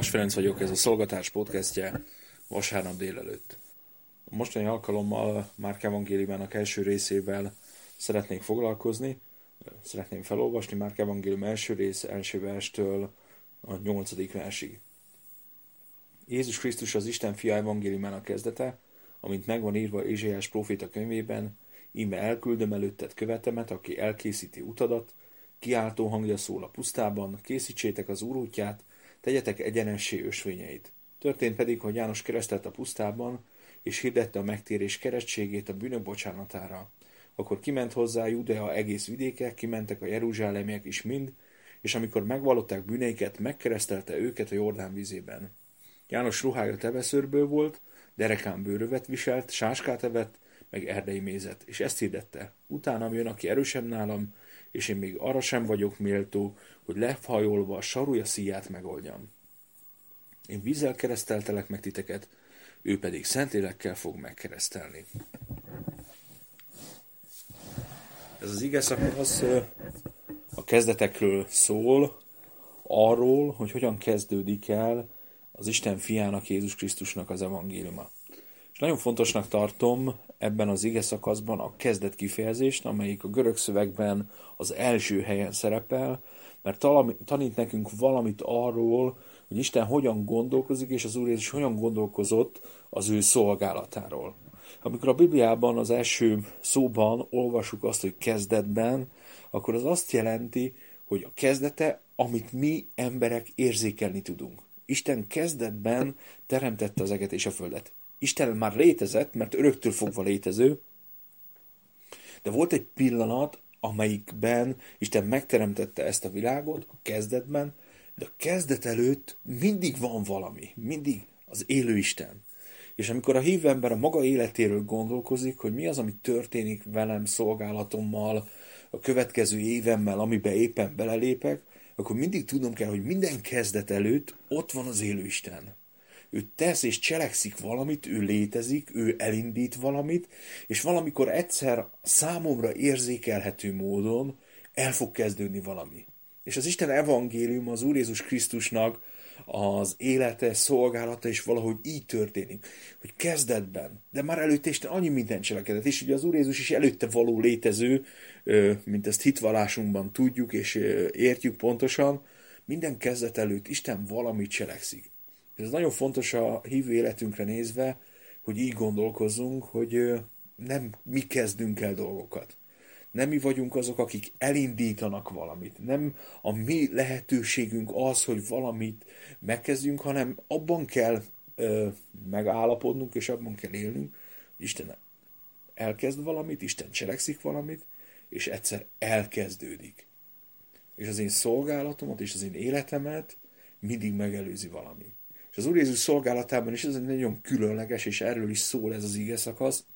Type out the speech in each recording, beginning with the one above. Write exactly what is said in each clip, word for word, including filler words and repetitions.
János Ferenc vagyok, ez a Szolgatárs podcastje vasárnap délelőtt. A mostani alkalommal Márk evangéliumának első részével szeretnék foglalkozni. Szeretném felolvasni Márk evangélium első rész, első verstől a nyolcadik versig. Jézus Krisztus az Isten fia evangéliumának kezdete, amint megvan írva Ézsaiás próféta könyvében: íme elküldöm előtted követemet, aki elkészíti utadat, kiáltó hangja szól a pusztában, készítsétek az Úr útját, tegyetek egyenessé ösvényeit. Történt pedig, hogy János keresztelt a pusztában, és hirdette a megtérés keresztségét a bűnök bocsánatára. Akkor kiment hozzá Judea egész vidéke, kimentek a jeruzsálemiek is mind, és amikor megvallották bűneiket, megkeresztelte őket a Jordán vízében. János ruhája teveszőrből volt, derekán bőrövet viselt, sáskát evett, meg erdei mézet, és ezt hirdette: utánam jön, aki erősebb nálam, és én még arra sem vagyok méltó, hogy lehajolva a sarúja szíját megoldjam. Én vízzel kereszteltelek meg titeket, ő pedig Szentlélekkel fog megkeresztelni. Ez az ige szakasz a kezdetekről szól, arról, hogy hogyan kezdődik el az Isten fiának, Jézus Krisztusnak az evangéliuma. És nagyon fontosnak tartom ebben az ige szakaszban a kezdet kifejezést, amelyik a görög szövegben az első helyen szerepel, mert tanít nekünk valamit arról, hogy Isten hogyan gondolkozik, és az Úr Jézus hogyan gondolkozott az ő szolgálatáról. Amikor a Bibliában az első szóban olvassuk azt, hogy kezdetben, akkor az azt jelenti, hogy a kezdete, amit mi emberek érzékelni tudunk. Isten kezdetben teremtette az eget és a földet. Isten már létezett, mert öröktől fogva létező, de volt egy pillanat, amelyikben Isten megteremtette ezt a világot, a kezdetben, de a kezdet előtt mindig van valami, mindig az élő Isten. És amikor a hívő ember a maga életéről gondolkozik, hogy mi az, ami történik velem, szolgálatommal, a következő évemmel, amiben éppen belelépek, akkor mindig tudnom kell, hogy minden kezdet előtt ott van az élő Isten. Ő tesz és cselekszik valamit, ő létezik, ő elindít valamit, és valamikor egyszer számomra érzékelhető módon el fog kezdődni valami. És az Isten evangélium az Úr Jézus Krisztusnak az élete, szolgálata is valahogy így történik, hogy kezdetben, de már előtte Isten annyi mindent cselekedett, és ugye az Úr Jézus is előtte való létező, mint ezt hitvallásunkban tudjuk és értjük pontosan, minden kezdet előtt Isten valamit cselekszik. Ez nagyon fontos a hívő életünkre nézve, hogy így gondolkozzunk, hogy nem mi kezdünk el dolgokat. Nem mi vagyunk azok, akik elindítanak valamit. Nem a mi lehetőségünk az, hogy valamit megkezdjünk, hanem abban kell ö, megállapodnunk, és abban kell élnünk, hogy Isten elkezd valamit, Isten cselekszik valamit, és egyszer elkezdődik. És az én szolgálatomat és az én életemet mindig megelőzi valami. És az Úr Jézus szolgálatában is ez egy nagyon különleges, és erről is szól ez az ige szakasz,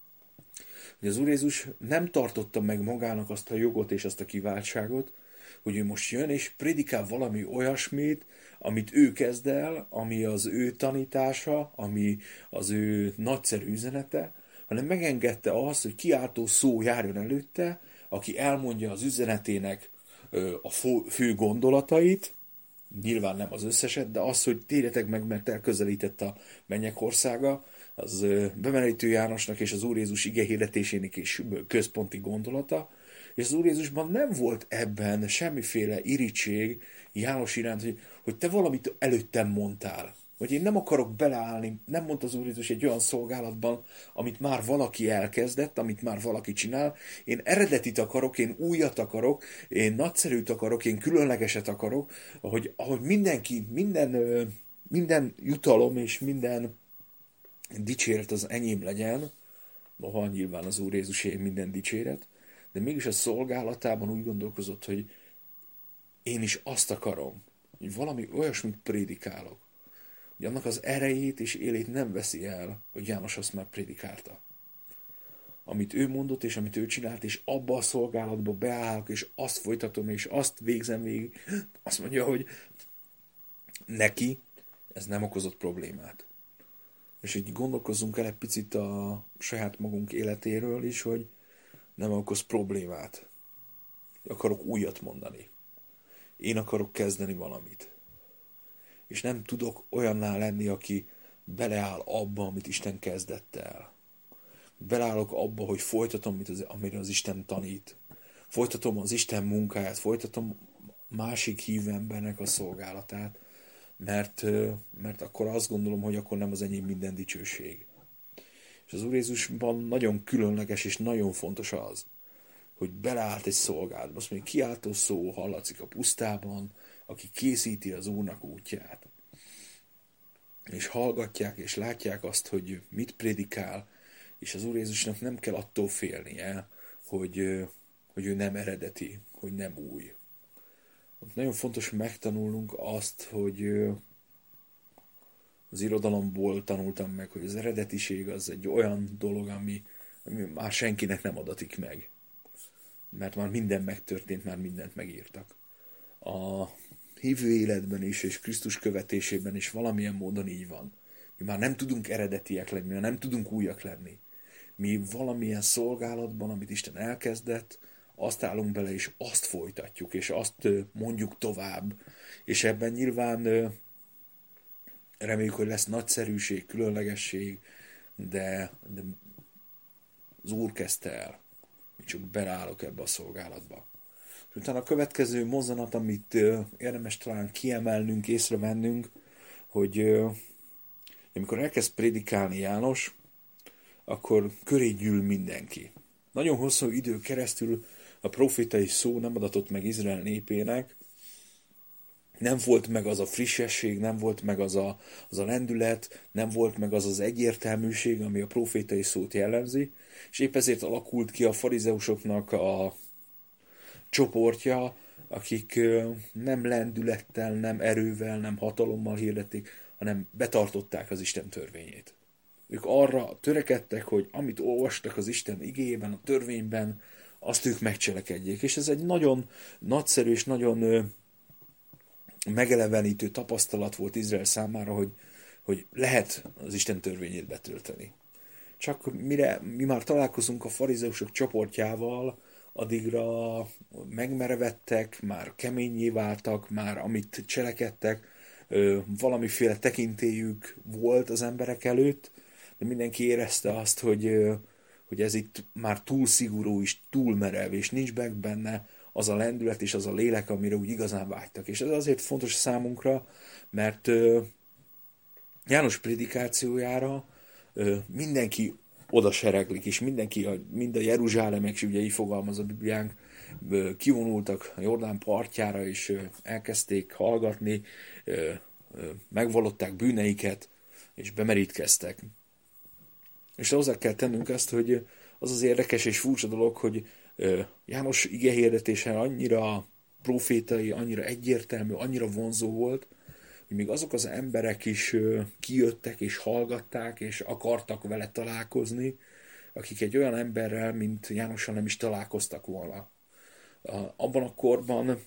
hogy az Úr Jézus nem tartotta meg magának azt a jogot és azt a kiváltságot, hogy ő most jön és prédikál valami olyasmit, amit ő kezd el, ami az ő tanítása, ami az ő nagyszerű üzenete, hanem megengedte azt, hogy kiáltó szó járjon előtte, aki elmondja az üzenetének a fő gondolatait, nyilván nem az összeset, de az, hogy térjetek meg, mert elközelített a mennyek országa, az bemenítő Jánosnak és az Úr Jézus ige hirdetésének is központi gondolata, és az Úr Jézusban nem volt ebben semmiféle irítség János iránt, hogy, hogy te valamit előttem mondtál. Vagy én nem akarok beleállni, nem mondta az Úr Jézus egy olyan szolgálatban, amit már valaki elkezdett, amit már valaki csinál. Én eredetit akarok, én újat akarok, én nagyszerűt akarok, én különlegeset akarok, ahogy, ahogy mindenki, minden, minden jutalom és minden dicséret az enyém legyen, noha nyilván az Úr Jézusé minden dicséret, de mégis a szolgálatában úgy gondolkozott, hogy én is azt akarom, hogy valami olyasmit prédikálok, hogy annak az erejét és élét nem veszi el, hogy János azt már prédikálta. Amit ő mondott, és amit ő csinált, és abba a szolgálatba beállok, és azt folytatom, és azt végzem végig, azt mondja, hogy neki ez nem okozott problémát. És így gondolkozzunk el egy picit a saját magunk életéről is, hogy nem okoz problémát. Akarok újat mondani. Én akarok kezdeni valamit. és nem tudok olyanná lenni, aki beleáll abba, amit Isten kezdett el. Beleállok abba, hogy folytatom, amit az, amire az Isten tanít. Folytatom az Isten munkáját, folytatom másik hívő embernek a szolgálatát, mert, mert akkor azt gondolom, hogy akkor nem az enyém minden dicsőség. És az Úr Jézusban nagyon különleges és nagyon fontos az, hogy beleállt egy szolgálatba. Azt mondja, kiáltó szó hallatszik a pusztában, aki készíti az Úrnak útját. És hallgatják, és látják azt, hogy mit prédikál, és az Úr Jézusnak nem kell attól félnie, hogy, hogy ő nem eredeti, hogy nem új. Nagyon fontos megtanulnunk azt, hogy az irodalomból tanultam meg, hogy az eredetiség az egy olyan dolog, ami, ami már senkinek nem adatik meg. Mert már minden megtörtént, már mindent megírtak. A hívő életben is, és Krisztus követésében is valamilyen módon így van. Mi már nem tudunk eredetiek lenni, mi már nem tudunk újak lenni. Mi valamilyen szolgálatban, amit Isten elkezdett, azt állunk bele, és azt folytatjuk, és azt mondjuk tovább. És ebben nyilván reméljük, hogy lesz nagyszerűség, különlegesség, de, de az Úr kezdte el. Én csak beleállok ebbe a szolgálatba. És utána a következő mozzanat, amit érdemes talán kiemelnünk, észrevennünk, hogy amikor elkezd prédikálni János, akkor köré gyűl mindenki. Nagyon hosszú idő keresztül a profétai szó nem adatott meg Izrael népének, nem volt meg az a frissesség, nem volt meg az a, az a lendület, nem volt meg az az egyértelműség, ami a profétai szót jellemzi, és épp ezért alakult ki a farizeusoknak a csoportja, akik nem lendülettel, nem erővel, nem hatalommal hirdették, hanem betartották az Isten törvényét. Ők arra törekedtek, hogy amit olvastak az Isten igéjében, a törvényben, azt ők megcselekedjék. És ez egy nagyon nagyszerű és nagyon megelevenítő tapasztalat volt Izrael számára, hogy, hogy lehet az Isten törvényét betölteni. Csak mire mi már találkozunk a farizeusok csoportjával, addigra megmerevettek, már keményé váltak, már amit cselekedtek, valamiféle tekintélyük volt az emberek előtt, de mindenki érezte azt, hogy, hogy ez itt már túl szigorú és túl merev, és nincs meg benne az a lendület és az a lélek, amire úgy igazán vágytak. És ez azért fontos számunkra, mert János prédikációjára mindenki oda sereglik, és mindenki, mind a Jeruzsálemek, és ugye így fogalmaz a Bibliánk, kivonultak a Jordán partjára, és elkezdték hallgatni, megvallották bűneiket, és bemerítkeztek. És hozzá kell tennünk ezt, hogy az az érdekes és furcsa dolog, hogy János igehirdetése annyira profétai, annyira egyértelmű, annyira vonzó volt, hogy még azok az emberek is kijöttek és hallgatták, és akartak vele találkozni, akik egy olyan emberrel, mint Jánossal nem is találkoztak volna. Abban a korban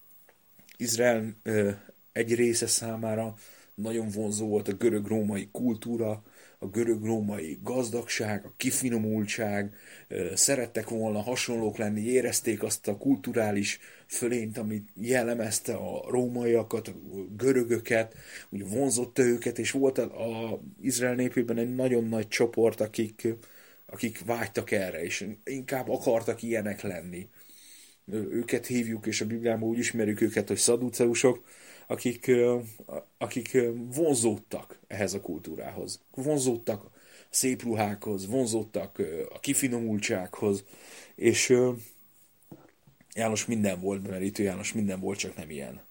Izrael egy része számára nagyon vonzó volt a görög-római kultúra, a görög-római gazdagság, a kifinomultság, szerettek volna hasonlók lenni, érezték azt a kulturális fölényt, amit jellemezte a rómaiakat, a görögöket, úgy vonzotta őket, és volt az Izrael népében egy nagyon nagy csoport, akik, akik vágytak erre, és inkább akartak ilyenek lenni. Őket hívjuk, és a Bibliában úgy ismerjük őket, hogy szaduceusok, akik, akik vonzódtak ehhez a kultúrához. Vonzódtak a szép ruhákhoz, vonzódtak a kifinomultsághoz, és János minden volt bemerítő, János minden volt, csak nem ilyen.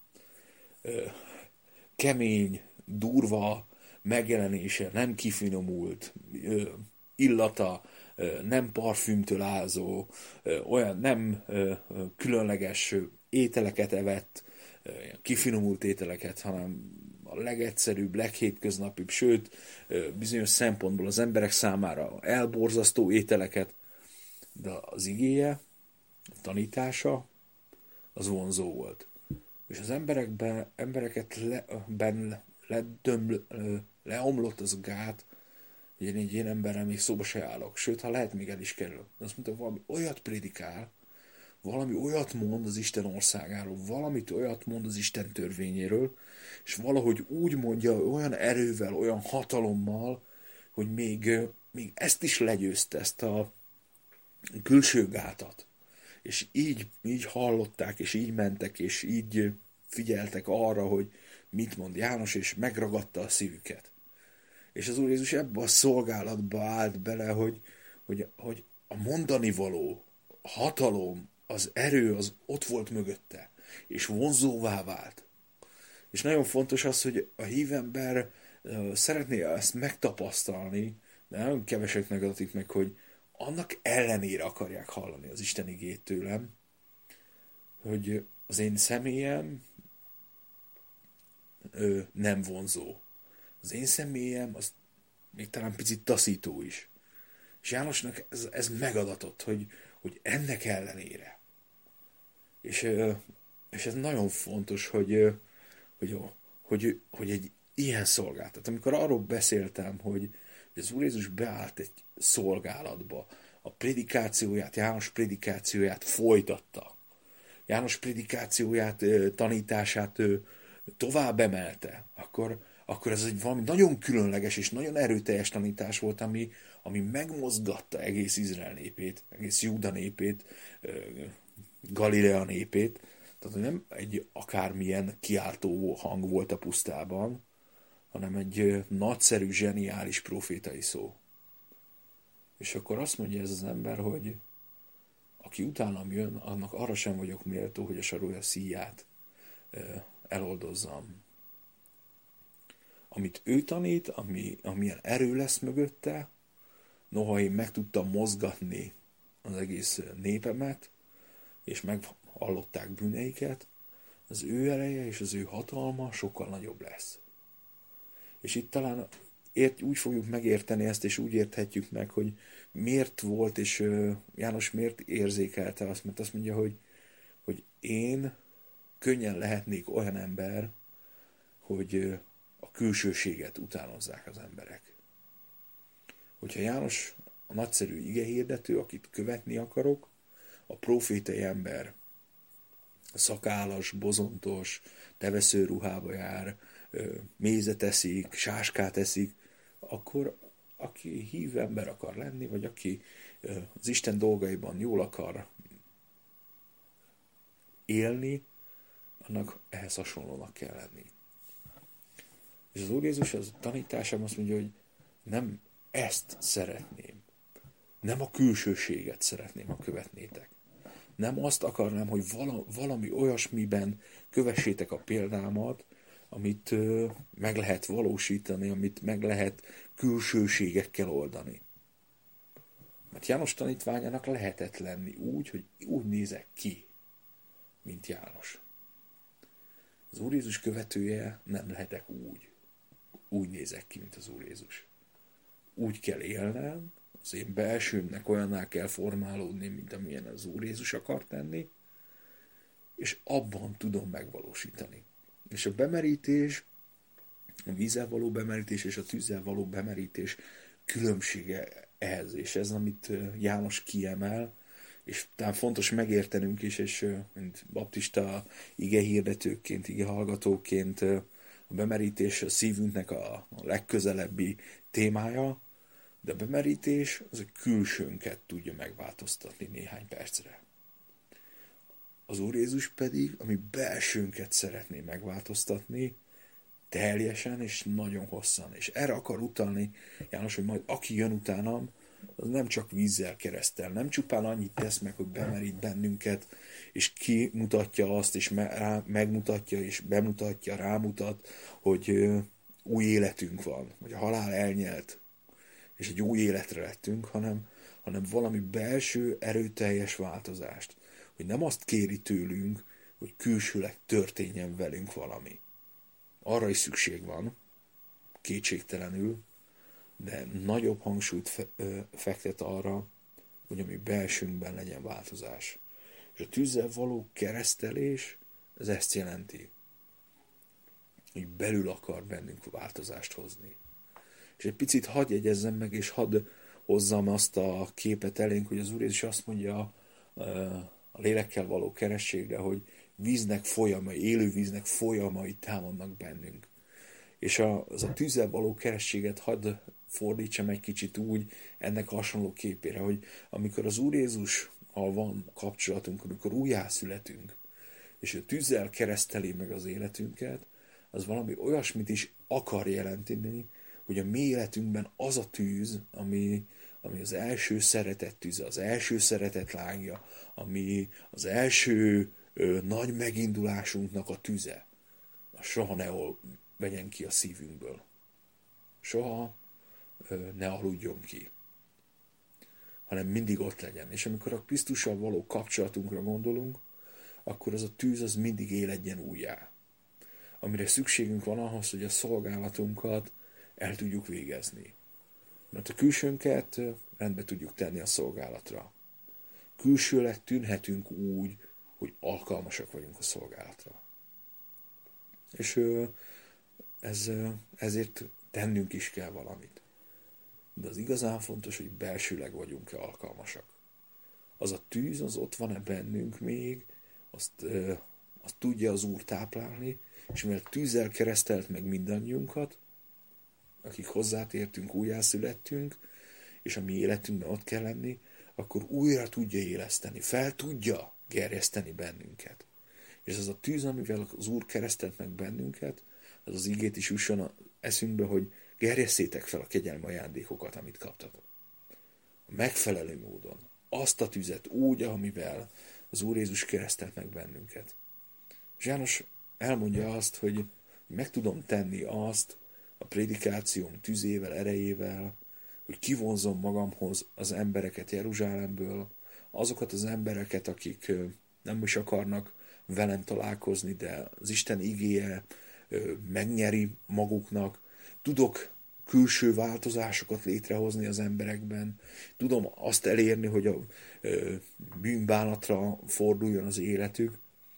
Kemény, durva megjelenése, nem kifinomult, illata, nem parfümtől ázó, olyan nem különleges ételeket evett, kifinomult ételeket, hanem a legegyszerűbb, leghétköznapibb, sőt, bizonyos szempontból az emberek számára elborzasztó ételeket, de az igéje, a tanítása, az vonzó volt. És az emberekben, embereket le, ben, ledöml, leomlott az a gát, hogy én egy ilyen emberrel még szóba se állok. Sőt, ha lehet, még el is kerül. Azt mondta, valami olyat prédikál, valami olyat mond az Isten országáról, valamit olyat mond az Isten törvényéről, és valahogy úgy mondja, olyan erővel, olyan hatalommal, hogy még, még ezt is legyőzte, ezt a külső gátat. És így, így hallották, és így mentek, és így figyeltek arra, hogy mit mond János, és megragadta a szívüket. És az Úr Jézus ebbe a szolgálatba állt bele, hogy, hogy, hogy a mondani való, a hatalom, az erő, az ott volt mögötte, és vonzóvá vált. És nagyon fontos az, hogy a hívember uh, szeretné ezt megtapasztalni, de nagyon keveseknek adatik meg, hogy annak ellenére akarják hallani az Isten igét tőlem, hogy az én személyem ö, nem vonzó. Az én személyem az még talán picit taszító is. És Jánosnak ez, ez megadatott, hogy, hogy ennek ellenére. És, ö, és ez nagyon fontos, hogy, ö, hogy, hogy, hogy egy ilyen szolgáltat. Amikor arról beszéltem, hogy, hogy az Úr Jézus beállt egy szolgálatba, a prédikációját, János prédikációját folytatta. János prédikációját, tanítását tovább emelte, akkor, akkor ez egy valami nagyon különleges és nagyon erőteljes tanítás volt, ami, ami megmozgatta egész Izrael népét, egész Júda népét, Galilea népét. Tehát nem egy akármilyen kiáltó hang volt a pusztában, hanem egy nagyszerű, zseniális profétai szó. És akkor azt mondja ez az ember, hogy aki utánam jön, annak arra sem vagyok méltó, hogy a sarolja szíját eloldozzam. Amit ő tanít, ami, amilyen erő lesz mögötte, noha én meg tudtam mozgatni az egész népemet, és meghallották bűneiket, az ő ereje és az ő hatalma sokkal nagyobb lesz. És itt talán ért, úgy fogjuk megérteni ezt, és úgy érthetjük meg, hogy miért volt, és János miért érzékelte azt, mert azt mondja, hogy, hogy én könnyen lehetnék olyan ember, hogy a külsőséget utánozzák az emberek. Hogyha János a nagyszerű igehirdető, akit követni akarok, a profétai ember szakállas, bozontos, tevesző ruhába jár, mézet eszik, sáskát eszik, akkor aki hív ember akar lenni, vagy aki az Isten dolgaiban jól akar élni, annak ehhez hasonlónak kell lenni. És az Úr Jézus az tanításában azt mondja, hogy nem ezt szeretném, nem a külsőséget szeretném, ha követnétek. Nem azt akarnám, hogy valami olyasmiben kövessétek a példámat, amit ö, meg lehet valósítani, amit meg lehet külsőségekkel oldani. Mert János tanítványának lehetett lenni úgy, hogy úgy nézek ki, mint János. Az Úr Jézus követője nem lehetek úgy. Úgy nézek ki, mint az Úr Jézus. Úgy kell élnem, az én belsőmnek olyanná kell formálódni, mint amilyen az Úr Jézus akar tenni, és abban tudom megvalósítani. És a bemerítés, a vízzel való bemerítés és a tűzzel való bemerítés különbsége ez, és ez, amit János kiemel, és talán fontos megértenünk is, és mint baptista igehirdetőként, igehallgatóként a bemerítés a szívünknek a legközelebbi témája, de a bemerítés az a külsőnket tudja megváltoztatni néhány percre. Az Úr Jézus pedig, ami belsőnket szeretné megváltoztatni, teljesen és nagyon hosszan. És erre akar utalni János, hogy majd aki jön utánam, az nem csak vízzel keresztel, nem csupán annyit tesz meg, hogy bemerít bennünket, és kimutatja azt, és megmutatja, és bemutatja, rámutat, hogy új életünk van, hogy a halál elnyelt, és egy új életre lettünk, hanem, hanem valami belső, erőteljes változást. Hogy nem azt kéri tőlünk, hogy külsőleg történjen velünk valami. Arra is szükség van, kétségtelenül, de nagyobb hangsúlyt fektet arra, hogy ami belsőnkben legyen változás. És a tűzzel való keresztelés, ez ezt jelenti, hogy belül akar bennünk változást hozni. És egy picit hadd jegyezzem meg, és hadd hozzam azt a képet elénk, hogy az Úr Jézus azt mondja a a lélekkel való kerességre, hogy víznek folyamai, élő víznek folyamai támadnak bennünk. És az a tűzzel való kerességet hadd fordítsam egy kicsit úgy ennek hasonló képére, hogy amikor az Úr Jézussal van kapcsolatunk, amikor újjászületünk, és ő tűzzel kereszteli meg az életünket, az valami olyasmit is akar jelenteni, hogy a mi életünkben az a tűz, ami, ami az első szeretet tűze, az első szeretet lángja, ami az első ö, nagy megindulásunknak a tüze, az soha ne vegyen ki a szívünkből. Soha ö, ne aludjon ki, hanem mindig ott legyen. És amikor a Krisztussal való kapcsolatunkra gondolunk, akkor az a tűz az mindig éledjen újjá. Amire szükségünk van ahhoz, hogy a szolgálatunkat el tudjuk végezni. Mert a külsőnket rendbe tudjuk tenni a szolgálatra. Külsőleg tűnhetünk úgy, hogy alkalmasak vagyunk a szolgálatra. És ez, ezért tennünk is kell valamit. De az igazán fontos, hogy belsőleg vagyunk-e alkalmasak. Az a tűz, az ott van-e bennünk még, azt, azt tudja az Úr táplálni, és mivel tűzzel keresztelt meg mindannyiunkat, akik hozzátértünk, újjászülettünk, és a mi életünkben ott kell lenni, akkor újra tudja éleszteni, fel tudja gerjeszteni bennünket. És az a tűz, amivel az Úr keresztelt meg bennünket, az az igét is jusson az eszünkbe, hogy gerjesszétek fel a kegyelmi ajándékokat, amit kaptatok. A megfelelő módon. Azt a tüzet úgy, amivel az Úr Jézus keresztelt meg bennünket. És János elmondja azt, hogy meg tudom tenni azt a prédikációm tüzével, erejével, hogy kivonzom magamhoz az embereket Jeruzsálemből, azokat az embereket, akik nem is akarnak velem találkozni, de az Isten igéje megnyeri maguknak. Tudok külső változásokat létrehozni az emberekben. Tudom azt elérni, hogy a bűnbánatra forduljon az életük,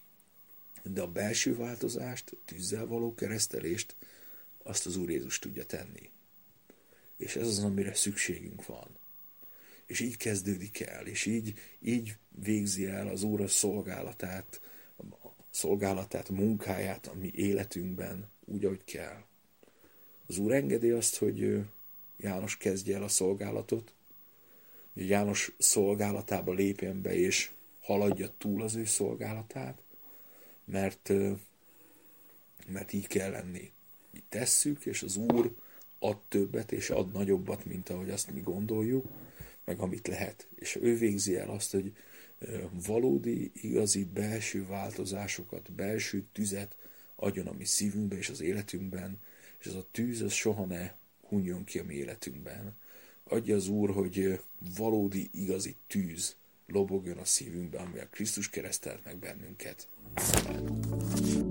de a belső változást, a tűzzel való keresztelést, azt az Úr Jézus tudja tenni. És ez az, amire szükségünk van. És így kezdődik el, és így, így végzi el az Úr a szolgálatát, a szolgálatát, a munkáját a mi életünkben, úgy, ahogy kell. Az Úr engedi azt, hogy János kezdje el a szolgálatot, hogy János szolgálatába lépjen be, és haladja túl az ő szolgálatát, mert, mert így kell lenni. Így tesszük, és az Úr ad többet, és ad nagyobbat, mint ahogy azt mi gondoljuk, meg amit lehet. És ő végzi el azt, hogy valódi, igazi belső változásokat, belső tüzet adjon a mi szívünkbe és az életünkben, és az a tűz az soha ne hunjon ki a mi életünkben. Adja az Úr, hogy valódi, igazi tűz lobogjon a szívünkben, amivel Krisztus keresztelt meg bennünket.